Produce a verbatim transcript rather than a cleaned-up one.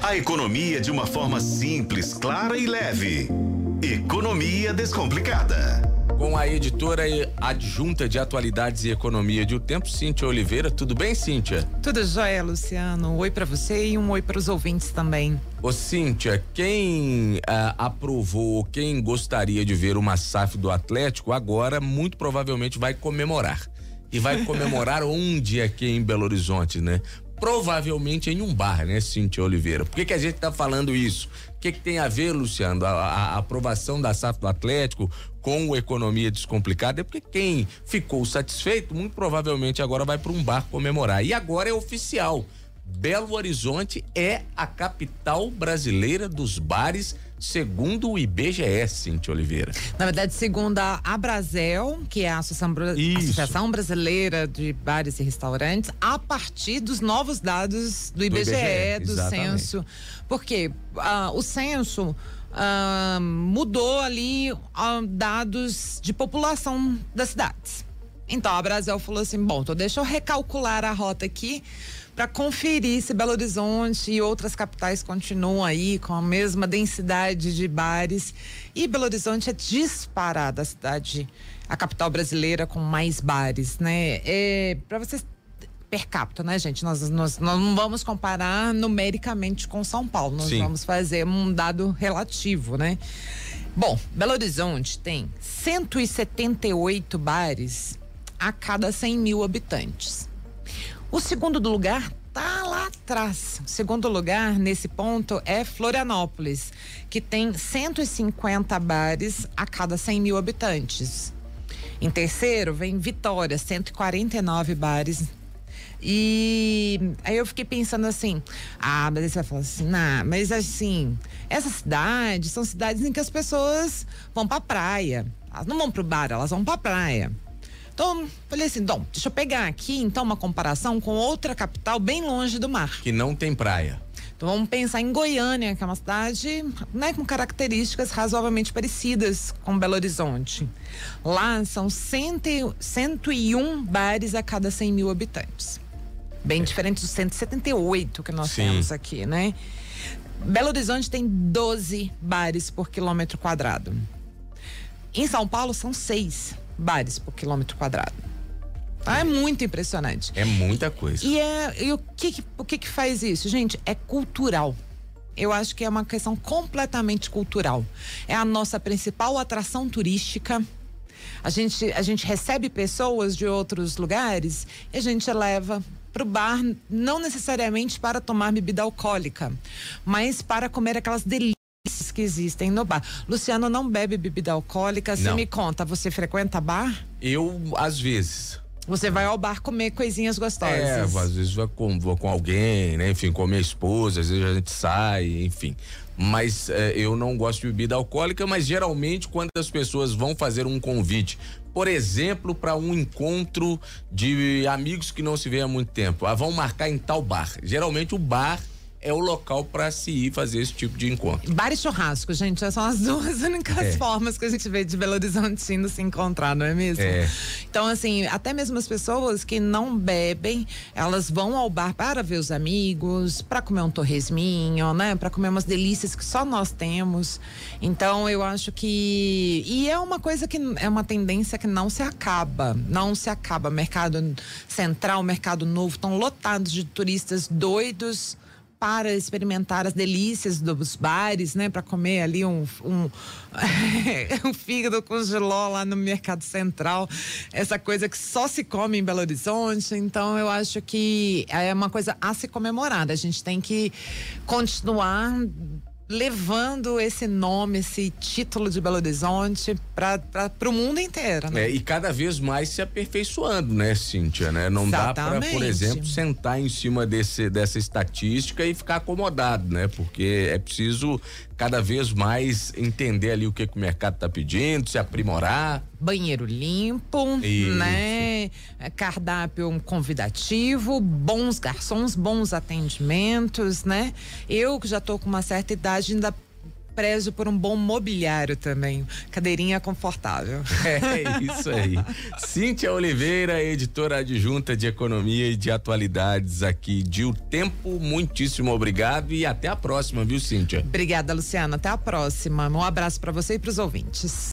A economia de uma forma simples, clara e leve. Economia Descomplicada. Com a editora adjunta de atualidades e economia de O Tempo, Cíntia Oliveira. Tudo bem, Cíntia? Tudo jóia, Luciano. Um oi pra você e um oi para os ouvintes também. Ô, Cíntia, quem ah, aprovou, quem gostaria de ver uma S A F do Atlético, agora muito provavelmente vai comemorar. E vai comemorar onde aqui em Belo Horizonte, né? Provavelmente em um bar, né, Cíntia Oliveira? Por que que a gente tá falando isso? O que que tem a ver, Luciano, a, a, a aprovação da S A F do Atlético com o Economia Descomplicada? É porque quem ficou satisfeito, muito provavelmente agora vai para um bar comemorar. E agora é oficial. Belo Horizonte é a capital brasileira dos bares, segundo o I B G E, Cíntia Oliveira. Na verdade, segundo a Abrazel, que é a Associação, Bra- Associação Brasileira de Bares e Restaurantes, a partir dos novos dados do I B G E, do, I B G E, do censo. Porque uh, o censo uh, mudou ali uh, dados de população das cidades. Então, a Abrazel falou assim, bom, então deixa eu recalcular a rota aqui para conferir se Belo Horizonte e outras capitais continuam aí com a mesma densidade de bares. E Belo Horizonte é disparada a cidade, a capital brasileira com mais bares, né? É, para vocês, per capita, né, gente? Nós, nós, nós não vamos comparar numericamente com São Paulo, nós Sim. vamos fazer um dado relativo, né? Bom, Belo Horizonte tem cento e setenta e oito bares a cada cem mil habitantes. O segundo lugar tá lá atrás. O segundo lugar nesse ponto é Florianópolis, que tem cento e cinquenta bares a cada cem mil habitantes. Em terceiro vem Vitória, cento e quarenta e nove bares. E aí eu fiquei pensando assim, ah, mas aí você vai falar assim, nah, mas assim, essas cidades são cidades em que as pessoas vão pra praia. Elas não vão pro bar, elas vão pra praia. Então, falei assim, bom, deixa eu pegar aqui então uma comparação com outra capital bem longe do mar. Que não tem praia. Então vamos pensar em Goiânia, que é uma cidade, né, com características razoavelmente parecidas com Belo Horizonte. Lá são cento e um bares a cada cem mil habitantes. Bem é. diferente dos cento e setenta e oito que nós Sim. temos aqui, né? Belo Horizonte tem doze bares por quilômetro quadrado. Em São Paulo são seis bares por quilômetro quadrado. Ah, é muito impressionante. É muita coisa. E, é, e o, que, o que que faz isso? Gente, é cultural. Eu acho que é uma questão completamente cultural. É a nossa principal atração turística. A gente, a gente recebe pessoas de outros lugares e a gente leva pro bar, não necessariamente para tomar bebida alcoólica, mas para comer aquelas delícias que existem no bar. Luciano não bebe bebida alcoólica. Você me conta, você frequenta bar? Eu, às vezes. Você vai ao bar comer coisinhas gostosas. É, às vezes vou com, vou com alguém, né? Enfim, com a minha esposa, às vezes a gente sai, enfim. Mas é, eu não gosto de bebida alcoólica, mas geralmente quando as pessoas vão fazer um convite, por exemplo, para um encontro de amigos que não se vê há muito tempo, ah, vão marcar em tal bar. Geralmente o bar é o local para se ir fazer esse tipo de encontro. Bar e churrasco, gente, são as duas únicas é. formas que a gente vê de Belo Horizontino se encontrar, não é mesmo? É. Então, assim, até mesmo as pessoas que não bebem, elas vão ao bar para ver os amigos, para comer um torresminho, né? Para comer umas delícias que só nós temos. Então, eu acho que... E é uma coisa que é uma tendência que não se acaba, não se acaba. Mercado Central, Mercado Novo, estão lotados de turistas doidos para experimentar as delícias dos bares, né? Para comer ali um, um, um fígado com giló lá no Mercado Central. Essa coisa que só se come em Belo Horizonte. Então, eu acho que é uma coisa a se comemorar. A gente tem que continuar levando esse nome, esse título de Belo Horizonte para o mundo inteiro, né? É, e cada vez mais se aperfeiçoando, né, Cíntia, né? Não Exatamente. dá para, por exemplo, sentar em cima desse, dessa estatística e ficar acomodado, né? Porque é preciso cada vez mais entender ali o que, que o mercado está pedindo, se aprimorar. Banheiro limpo, Isso. né? Cardápio convidativo, bons garçons, bons atendimentos, né? Eu que já tô com uma certa idade ainda prédio por um bom mobiliário também. Cadeirinha confortável. É isso aí. Cíntia Oliveira, editora adjunta de Economia e de Atualidades aqui de O Tempo. Muitíssimo obrigado e até a próxima, viu, Cíntia? Obrigada, Luciana. Até a próxima. Um abraço para você e para os ouvintes.